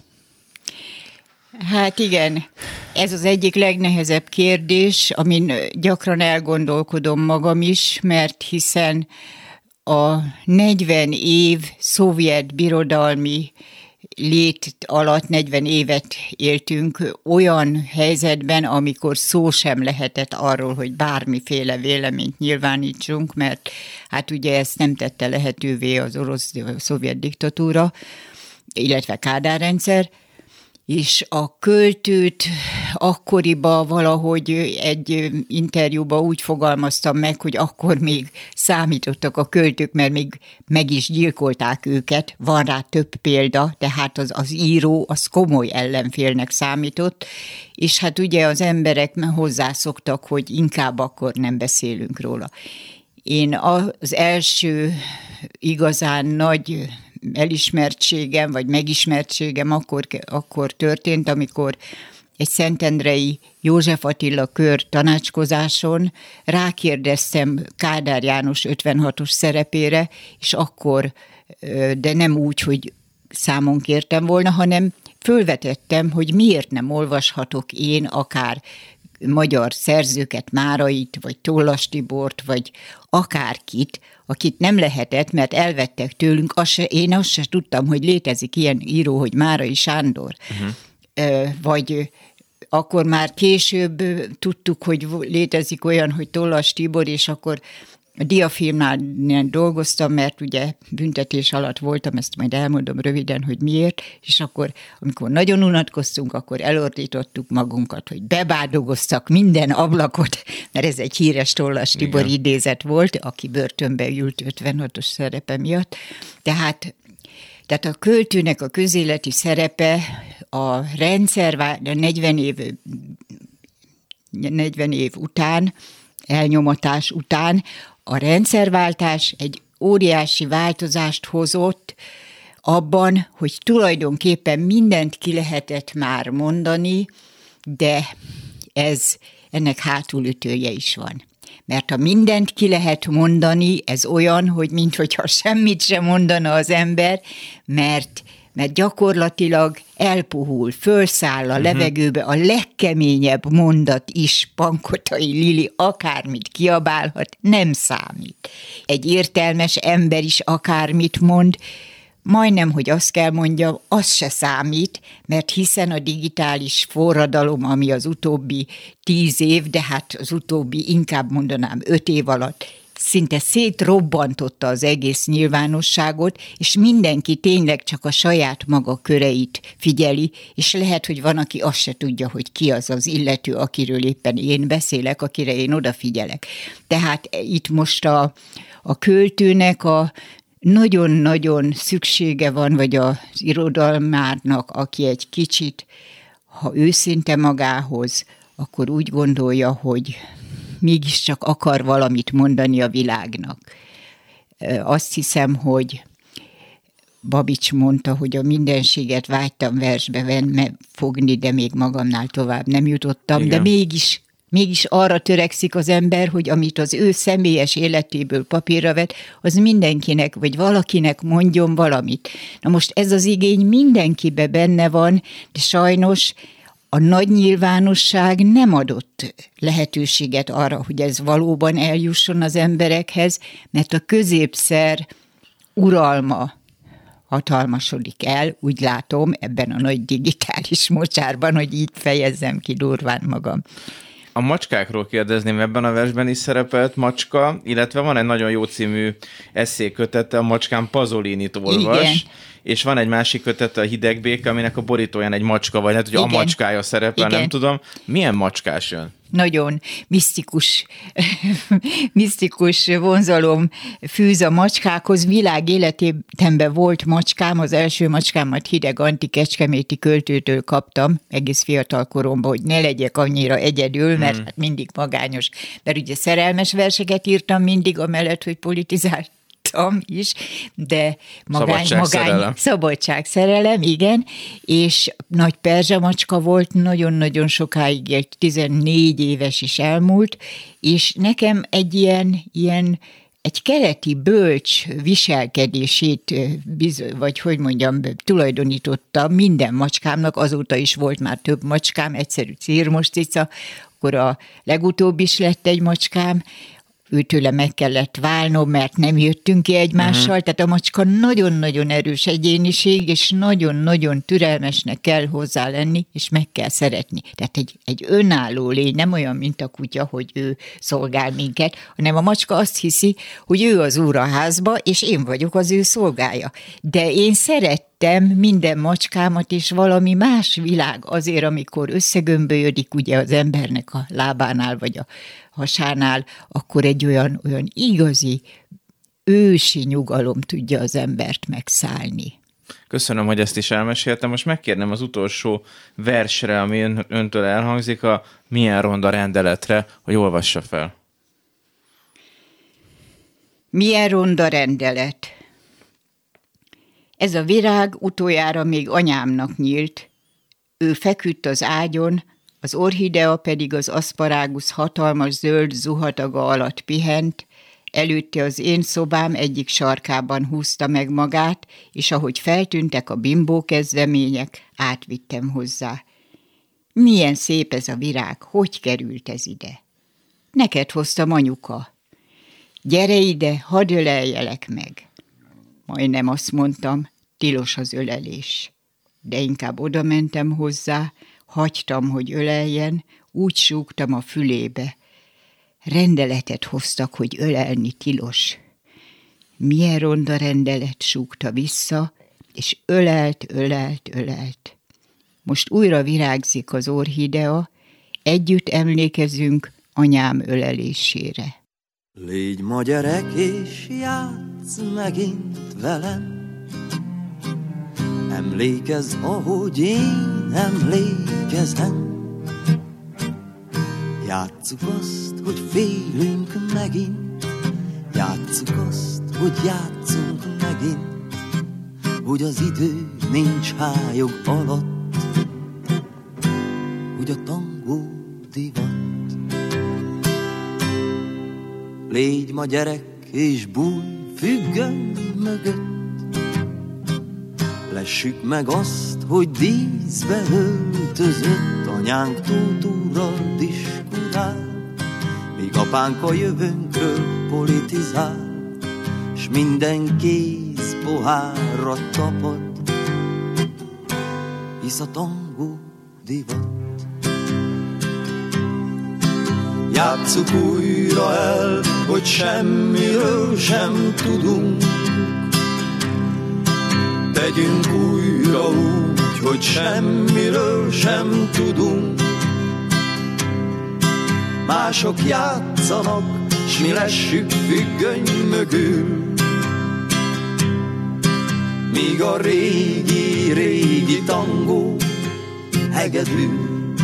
Hát igen, ez az egyik legnehezebb kérdés, amin gyakran elgondolkodom magam is, mert hiszen a negyven év szovjet birodalmi lét alatt negyven évet éltünk olyan helyzetben, amikor szó sem lehetett arról, hogy bármiféle véleményt nyilvánítsunk, mert hát ugye ezt nem tette lehetővé az orosz szovjet diktatúra, illetve Kádár rendszer, és a költőt akkoriban valahogy egy interjúban úgy fogalmaztam meg, hogy akkor még számítottak a költők, mert még meg is gyilkolták őket, van rá több példa, tehát az, az író az komoly ellenfélnek számított, és hát ugye az emberek hozzászoktak, hogy inkább akkor nem beszélünk róla. Én az első igazán nagy elismertségem, vagy megismertségem akkor, akkor történt, amikor egy szentendrei József Attila kör tanácskozáson rákérdeztem Kádár János ötvenhatos szerepére, és akkor, de nem úgy, hogy számon kértem volna, hanem fölvetettem, hogy miért nem olvashatok én akár magyar szerzőket, Márait, vagy Tollas Tibort, vagy akárkit, akit nem lehetett, mert elvettek tőlünk, azt se, én azt se tudtam, hogy létezik ilyen író, hogy Márai Sándor. Uh-huh. Vagy akkor már később tudtuk, hogy létezik olyan, hogy Tollas Tibor, és akkor a diafilmnál dolgoztam, mert ugye büntetés alatt voltam, ezt majd elmondom röviden, hogy miért, és akkor, amikor nagyon unatkoztunk, akkor elordítottuk magunkat, hogy bebádogoztak minden ablakot, mert ez egy híres Tollas Tibor Igen. idézet volt, aki börtönbe ült ötvenhatos szerepe miatt. Tehát, tehát a költőnek a közéleti szerepe a rendszer, negyven év, negyven év után, elnyomatás után, a rendszerváltás egy óriási változást hozott abban, hogy tulajdonképpen mindent ki lehetett már mondani, de ez, ennek hátulütője is van. Mert ha mindent ki lehet mondani, ez olyan, hogy minthogyha semmit sem mondana az ember, mert mert gyakorlatilag elpuhul, fölszáll a levegőbe, a legkeményebb mondat is, Pankotai Lili akármit kiabálhat, nem számít. Egy értelmes ember is akármit mond, majdnem, hogy azt kell mondjam, az se számít, mert hiszen a digitális forradalom, ami az utóbbi tíz év, de hát az utóbbi inkább mondanám öt év alatt, szinte szétrobbantotta az egész nyilvánosságot, és mindenki tényleg csak a saját maga köreit figyeli, és lehet, hogy van, aki azt se tudja, hogy ki az az illető, akiről éppen én beszélek, akire én odafigyelek. Tehát itt most a, a költőnek a nagyon-nagyon szüksége van, vagy az irodalmárnak, aki egy kicsit, ha őszinte magához, akkor úgy gondolja, hogy mégiscsak akar valamit mondani a világnak. Azt hiszem, hogy Babics mondta, hogy a mindenséget vágytam versbe venni, fogni, de még magamnál tovább nem jutottam, Igen. de mégis, mégis arra törekszik az ember, hogy amit az ő személyes életéből papírra vet, az mindenkinek, vagy valakinek mondjon valamit. Na most ez az igény mindenkibe benne van, de sajnos a nagy nyilvánosság nem adott lehetőséget arra, hogy ez valóban eljusson az emberekhez, mert a középszer uralma hatalmasodik el, úgy látom, ebben a nagy digitális mocsárban, hogy így fejezzem ki durván magam. A macskákról kérdezném, ebben a versben is szerepelt macska, illetve van egy nagyon jó című esszékötete, a Macskám Pazolinit olvas, Igen. és van egy másik kötete, a Hidegbéke, aminek a borítóján egy macska, vagy hát, hogy a macskája szerepel, Igen. nem tudom. Milyen macskás jön? Nagyon misztikus, misztikus vonzalom fűz a macskákhoz. Világ életemben volt macskám, az első macskámat Hideg Anti kecskeméti költőtől kaptam, egész fiatal koromban, hogy ne legyek annyira egyedül, mert hmm. hát mindig magányos. Mert ugye szerelmes verseket írtam mindig, amellett, hogy politizált is, de magány, szabadságszerelem. magány, szabadságszerelem, igen, és nagy perzsamacska volt, nagyon-nagyon sokáig, egy tizennégy éves is elmúlt, és nekem egy ilyen, ilyen egy keleti bölcs viselkedését, vagy hogy mondjam, tulajdonítottam minden macskámnak, azóta is volt már több macskám, egyszerű círmos cica, akkor a legutóbb is lett egy macskám, őtőle meg kellett válnom, mert nem jöttünk ki egymással, uh-huh. tehát a macska nagyon-nagyon erős egyéniség, és nagyon-nagyon türelmesnek kell hozzá lenni, és meg kell szeretni. Tehát egy, egy önálló lény, nem olyan, mint a kutya, hogy ő szolgál minket, hanem a macska azt hiszi, hogy ő az úr a házba, és én vagyok az ő szolgája. De én szerettem minden macskámat, és valami más világ azért, amikor összegömbölyödik ugye az embernek a lábánál, vagy a hasánál, akkor egy olyan, olyan igazi, ősi nyugalom tudja az embert megszállni. Köszönöm, hogy ezt is elmeséltem. Most megkérnem az utolsó versre, ami ön, öntől elhangzik, a Milyen ronda rendeletre, hogy olvassa fel. Milyen ronda rendelet. Ez a virág utoljára még anyámnak nyílt. Ő feküdt az ágyon, az orchidea pedig az aszparágusz hatalmas zöld zuhataga alatt pihent, előtte az én szobám egyik sarkában húzta meg magát, és ahogy feltűntek a bimbó kezdemények, átvittem hozzá. Milyen szép ez a virág, hogy került ez ide? Neked hoztam, anyuka. Gyere ide, hadd öleljelek meg. Majdnem azt mondtam, tilos az ölelés. De inkább oda mentem hozzá, hagytam, hogy öleljen, úgy súgtam a fülébe. rendeletet hoztak, hogy ölelni tilos. Milyen ronda rendelet, súgta vissza, és ölelt, ölelt, ölelt. Most újra virágzik az orchidea, együtt emlékezünk anyám ölelésére. Légy ma gyerek, és játsz megint velem. Emlékezz, ahogy én emlékezem. Játsszuk azt, hogy félünk megint. Játsszuk azt, hogy játszunk megint. Hogy az idő nincs hályog alatt. Hogy a tangó divat. Légy ma gyerek, és bújj függöny mögött. Lessük meg azt, hogy díszbe öltözött. Anyánk tótúrral diskurál, míg apánk a jövőnkről politizál, s minden kéz pohárra tapad, hisz a tangó divat. Játsszuk újra el, hogy semmiről sem tudunk. Tegyünk újra úgy, hogy semmiről sem tudunk. Mások játszanak, s mi lessük függöny mögül. Míg a régi, régi tangó hegedül.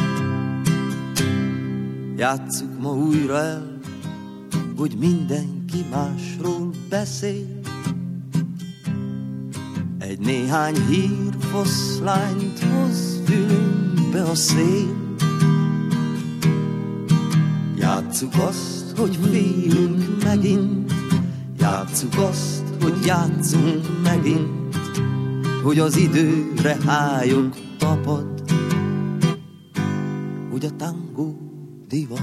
Játsszuk ma újra el, hogy mindenki másról beszél. Egy néhány hírfoszlányt hoz fülünkbe a szél. Játsszuk azt, hogy félünk megint. Játsszuk azt, hogy játszunk megint. Hogy az időre hályog tapad. Hogy a tangó divat.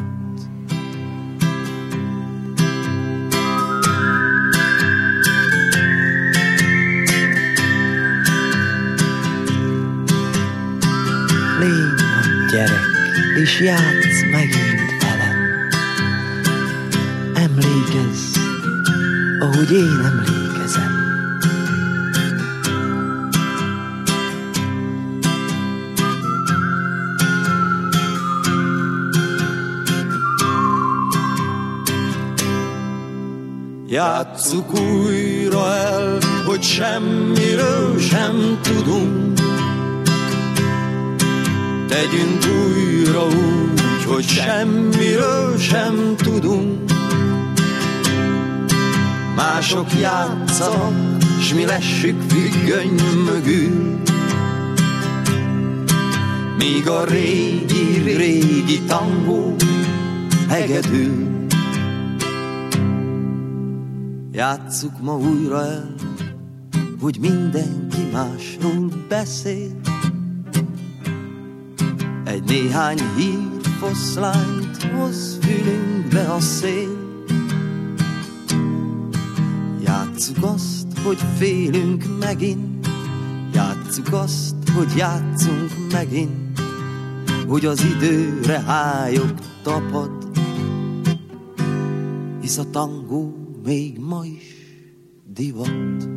Légy a gyerek, és játsz megint velem. Emlékezz, ahogy én emlékezem. Játsszuk újra el, hogy semmiről sem tudunk. Tegyünk újra úgy, hogy semmiről sem tudunk. Mások játszanak, s mi lessük függöny mögül. Míg a régi, régi tangó hegedül. Játsszuk ma újra el, hogy mindenki másról beszél. Egy néhány hírfoszlányt hoz fülünkbe a szél. Játsszuk azt, hogy félünk megint. Játsszuk azt, hogy játszunk megint. Hogy az időre hályog tapad. Hisz a tangó még ma is divat.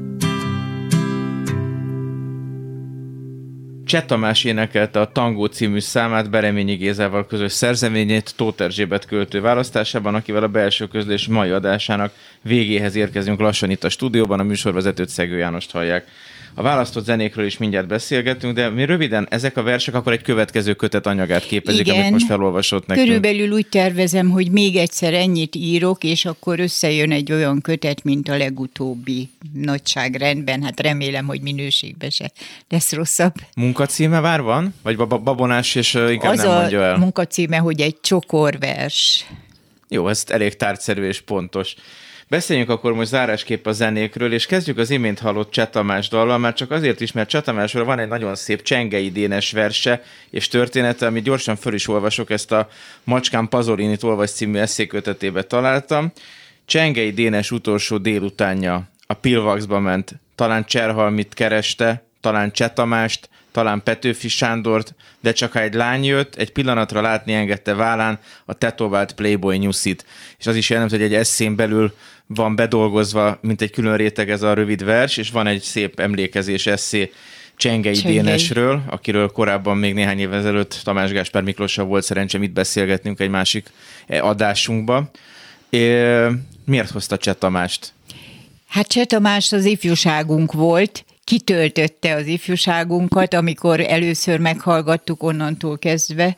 Cseh Tamás énekelte a Tangó című számát Bereményi Gézával közös szerzeményét Tóth Erzsébet költő választásában, akivel a belső közlés mai adásának végéhez érkezünk lassan itt a stúdióban, a műsorvezetőt, Szegő Jánost hallják. A választott zenékről is mindjárt beszélgetünk, de mi röviden, ezek a versek akkor egy következő kötet anyagát képezik, igen, amit most felolvasott nekünk. Körülbelül úgy tervezem, hogy még egyszer ennyit írok, és akkor összejön egy olyan kötet, mint a legutóbbi nagyságrendben. Hát remélem, hogy minőségben se lesz rosszabb. Munkacíme már van? Vagy babonás, és inkább az nem mondja el? Az a munkacíme, hogy egy csokorvers. Jó, ez elég tárgyszerű és pontos. Beszéljünk akkor most zárásképp a zenékről, és kezdjük az imént hallott Cseh Tamás dallal, már csak azért is, mert Cseh Tamásról van egy nagyon szép Csengei Dénes verse és története, amit gyorsan föl is olvasok, ezt a Macskám Pazolinit olvas című eszékötetébe találtam. Csengei Dénes utolsó délutánja, a Pilvaxba ment, talán Cserhalmit kereste, talán Cseh Tamást, talán Petőfi Sándort, de csak ha egy lány jött, egy pillanatra látni engedte vállán a tetovált Playboy nyuszit. És az is jelenti, hogy egy esszén belül van bedolgozva, mint egy külön réteg ez a rövid vers, és van egy szép emlékezés esszé Csengei Dénesről, akiről korábban még néhány évvel ezelőtt Tamás Gáspár Miklóssal volt szerencsém itt beszélgetnünk egy másik adásunkba. É, miért hozta Cseh Tamást? Hát Cseh Tamás az ifjúságunk volt, kitöltötte az ifjúságunkat, amikor először meghallgattuk onnantól kezdve.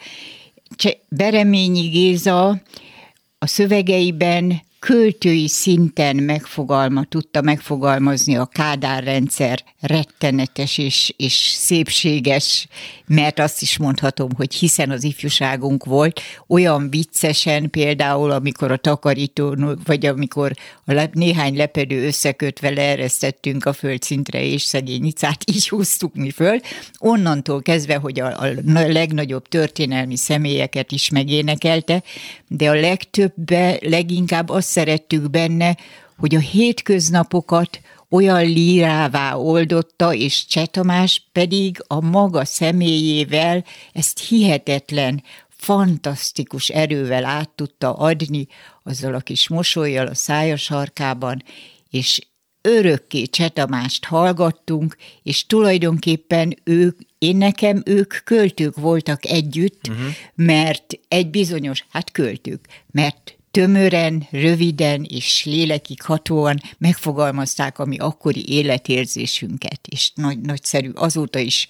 Bereményi Géza a szövegeiben költői szinten megfogalma, tudta megfogalmazni a Kádár rendszer rettenetes és, és szépséges, mert azt is mondhatom, hogy hiszen az ifjúságunk volt, olyan viccesen például, amikor a takarító, vagy amikor a lep, néhány lepedő összekötve leeresztettünk a földszintre, és szegény Icát így húztuk mi föl, onnantól kezdve, hogy a, a legnagyobb történelmi személyeket is megénekelte, de a legtöbbe, leginkább azt szerettük benne, hogy a hétköznapokat olyan lírává oldotta, és Cseh Tamás pedig a maga személyével ezt hihetetlen, fantasztikus erővel át tudta adni, azzal a kis mosollyal a szája sarkában, és örökké Cseh Tamást hallgattunk, és tulajdonképpen ők, én nekem ők költők voltak együtt, uh-huh. mert egy bizonyos, hát költők, mert tömören, röviden és lélekig hatóan megfogalmazták a mi akkori életérzésünket, és nagy, nagyszerű, azóta is,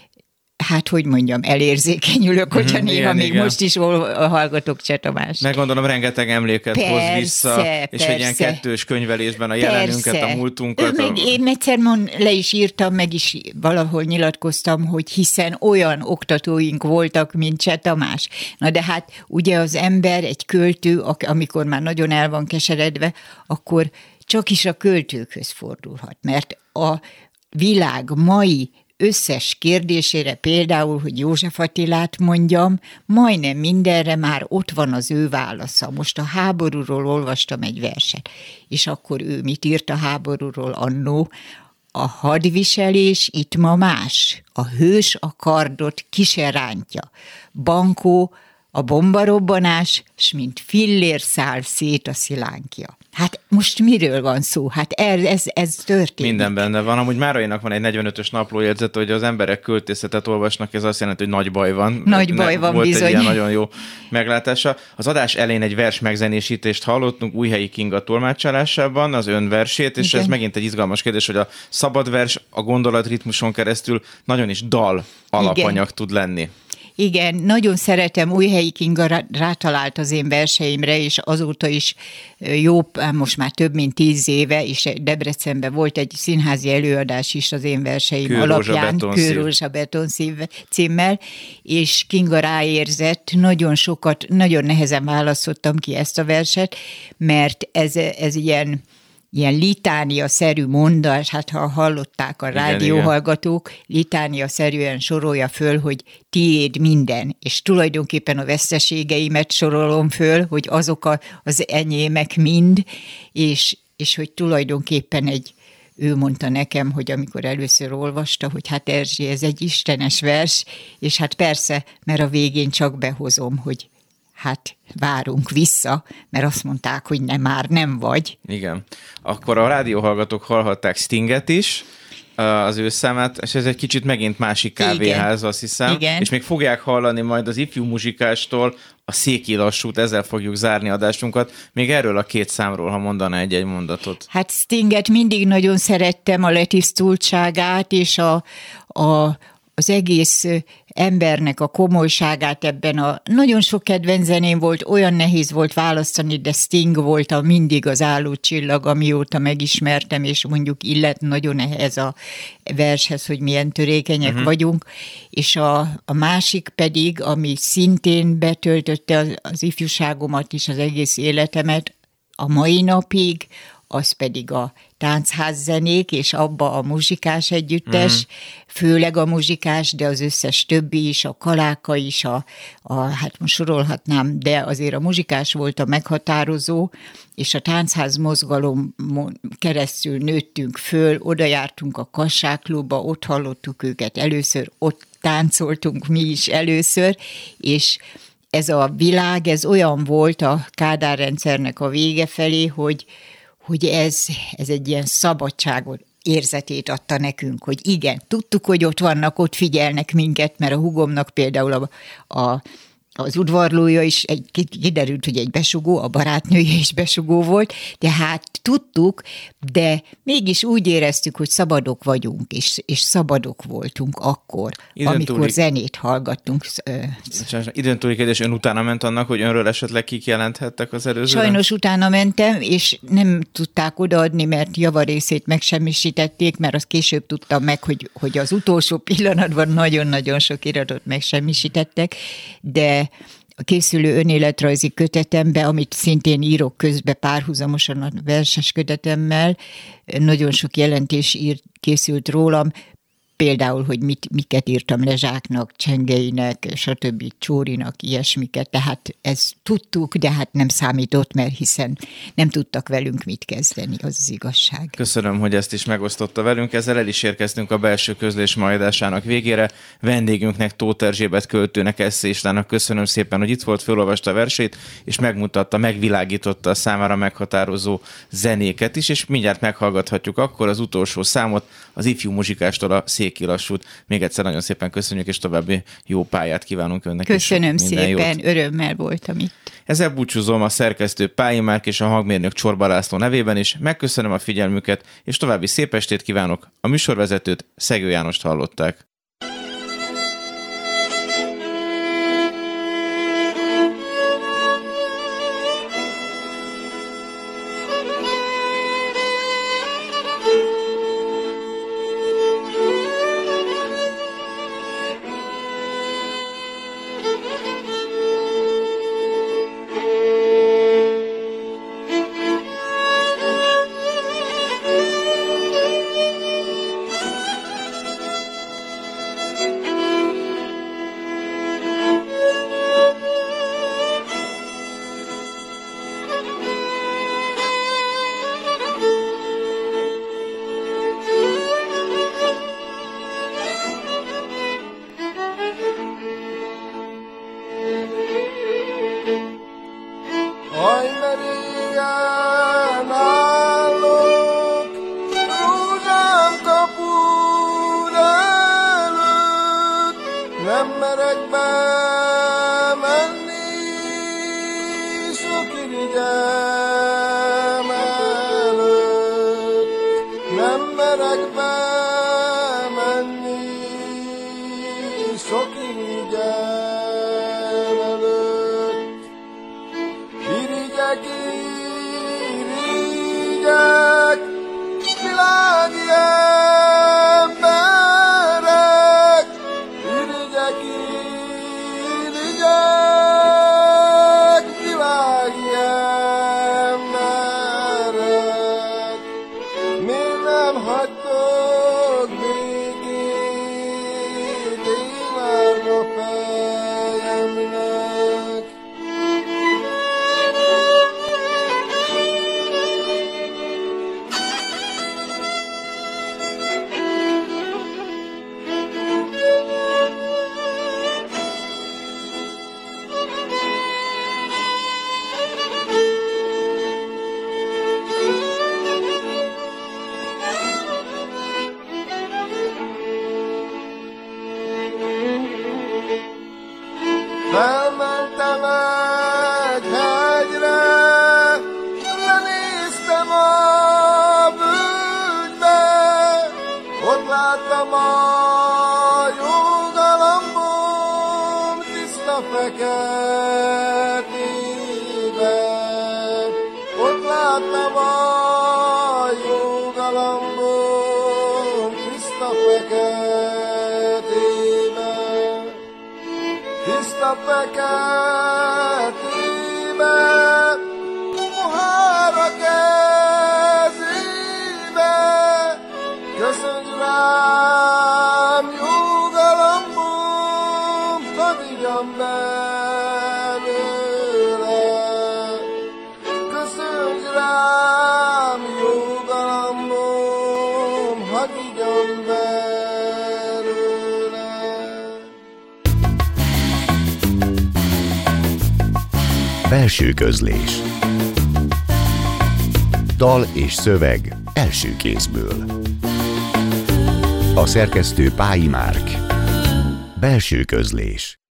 hát hogy mondjam, elérzékenyülök, hogyha mm-hmm, néha igen, még igen. most is hallgatok Cseh Tamást. Meggondolom, rengeteg emléket persze, hoz vissza, persze. és egy ilyen kettős könyvelésben a jelenünket, persze. a múltunkat. Meg, én egyszer le is írtam, meg is valahol nyilatkoztam, hogy hiszen olyan oktatóink voltak, mint Cseh Tamás. Na de hát ugye az ember, egy költő, amikor már nagyon el van keseredve, akkor csak is a költőkhöz fordulhat, mert a világ mai összes kérdésére, például, hogy József Attilát mondjam, majdnem mindenre már ott van az ő válasza. Most a háborúról olvastam egy verset, és akkor ő mit írt a háborúról annó? A hadviselés itt ma más, a hős a kardot ki se rántja. Bankó, a bombarobbanás, s mint fillér száll szét a szilánkja. Hát most miről van szó? Hát ez, ez, ez történik. Minden benne van. Amúgy Márainak van egy negyvenötös naplójegyzet, hogy az emberek költészetet olvasnak, ez azt jelenti, hogy nagy baj van. Nagy baj van, volt bizony. Volt egy ilyen nagyon jó meglátása. Az adás elején egy vers megzenésítést hallottunk Újhelyi Kinga tolmácsolásában, az ön versét, és igen. ez megint egy izgalmas kérdés, hogy a szabad vers a gondolatritmuson keresztül nagyon is dal alapanyag igen. tud lenni. Igen, nagyon szeretem, Újhelyi Kinga rátalált az én verseimre, és azóta is jó, most már több mint tíz éve, és Debrecenben volt egy színházi előadás is az én verseim Kő alapján, Kőrózsa betonszív címmel, és Kinga ráérzett, nagyon sokat, nagyon nehezen választottam ki ezt a verset, mert ez, ez ilyen ilyen litánia-szerű mondás, hát ha hallották a rádióhallgatók, litánia-szerűen sorolja föl, hogy tiéd minden, és tulajdonképpen a veszteségeimet sorolom föl, hogy azok a, az enyémek mind, és, és hogy tulajdonképpen egy, ő mondta nekem, hogy amikor először olvasta, hogy hát Erzsé, ez egy istenes vers, és hát persze, mert a végén csak behozom, hogy hát várunk vissza, mert azt mondták, hogy nem, már nem vagy. Igen. Akkor a rádióhallgatók hallhatták Stinget is, az ő számát, és ez egy kicsit megint másik kávéház, azt hiszem. Igen. És még fogják hallani majd az ifjú muzsikástól a Széki lassút, ezzel fogjuk zárni adásunkat. Még erről a két számról, ha mondaná egy-egy mondatot. Hát Stinget mindig nagyon szerettem, a letisztultságát, és a, a az egész embernek a komolyságát ebben a... Nagyon sok kedvenc zeném volt, olyan nehéz volt választani, de Sting volt a mindig az álló csillag, amióta megismertem, és mondjuk illet nagyon ehhez a vershez, hogy milyen törékenyek uh-huh. vagyunk. És a, a másik pedig, ami szintén betöltötte az, az ifjúságomat is, az egész életemet, a mai napig, az pedig a táncházzenék, és abba a muzsikás együttes, mm. főleg a muzsikás, de az összes többi is, a kaláka is, a, a, hát most sorolhatnám, de azért a muzsikás volt a meghatározó, és a táncház mozgalom keresztül nőttünk föl, oda jártunk a Kassák klubba, ott hallottuk őket először, ott táncoltunk mi is először, és ez a világ, ez olyan volt a Kádár rendszernek a vége felé, hogy, hogy ez, ez egy ilyen szabadságot érzetét adta nekünk, hogy igen, tudtuk, hogy ott vannak, ott figyelnek minket, mert a húgomnak például a, a az udvarlója is egy, kiderült, hogy egy besugó, a barátnője is besugó volt, tehát tudtuk, de mégis úgy éreztük, hogy szabadok vagyunk, és, és szabadok voltunk akkor, időn amikor túli... zenét hallgattunk. Időn túli kérdés, ön utána ment annak, hogy önről esetleg kik jelenthettek az előzőre? Sajnos utána mentem, és nem tudták odaadni, mert javarészét megsemmisítették, mert azt később tudtam meg, hogy, hogy az utolsó pillanatban nagyon-nagyon sok iratot megsemmisítettek, de a készülő önéletrajzi kötetembe, amit szintén írok közbe párhuzamosan a verses kötetemmel, nagyon sok jelentés írt, készült rólam, például, hogy mit, miket írtam Lezsáknak, Csengeinek, stb. Csórinak, ilyesmiket, tehát ezt tudtuk, de hát nem számított, mert hiszen nem tudtak velünk mit kezdeni, az az igazság. Köszönöm, hogy ezt is megosztotta velünk, ezzel el is érkeztünk a belső közlés mai adásának végére. Vendégünknek, Tóth Erzsébet költőnek, esszéstának köszönöm szépen, hogy itt volt, felolvasta a versét, és megmutatta, megvilágította a számára meghatározó zenéket is, és mindjárt meghallgathatjuk akkor az utolsó számot, az ifjú muzsikástól, a Széki Lassút. Még egyszer nagyon szépen köszönjük, és további jó pályát kívánunk önnek. Köszönöm is. szépen, jót. Örömmel voltam itt. Ezzel búcsúzom a szerkesztő Pályi Márk és a hangmérnök Csorba László nevében is. Megköszönöm a figyelmüket, és további szép estét kívánok. A műsorvezetőt, Szegő Jánost hallották. Felmentem egy hegyre, lenéztem a völgybe, ott láttam a jogalambom tiszta feketében. Ott láttam a jogalambom tiszta feketében. Tiszta feketében, pohárra kezd Belső közlés. Dal és szöveg első kézből. A szerkesztő Pályi Márk. Belső közlés.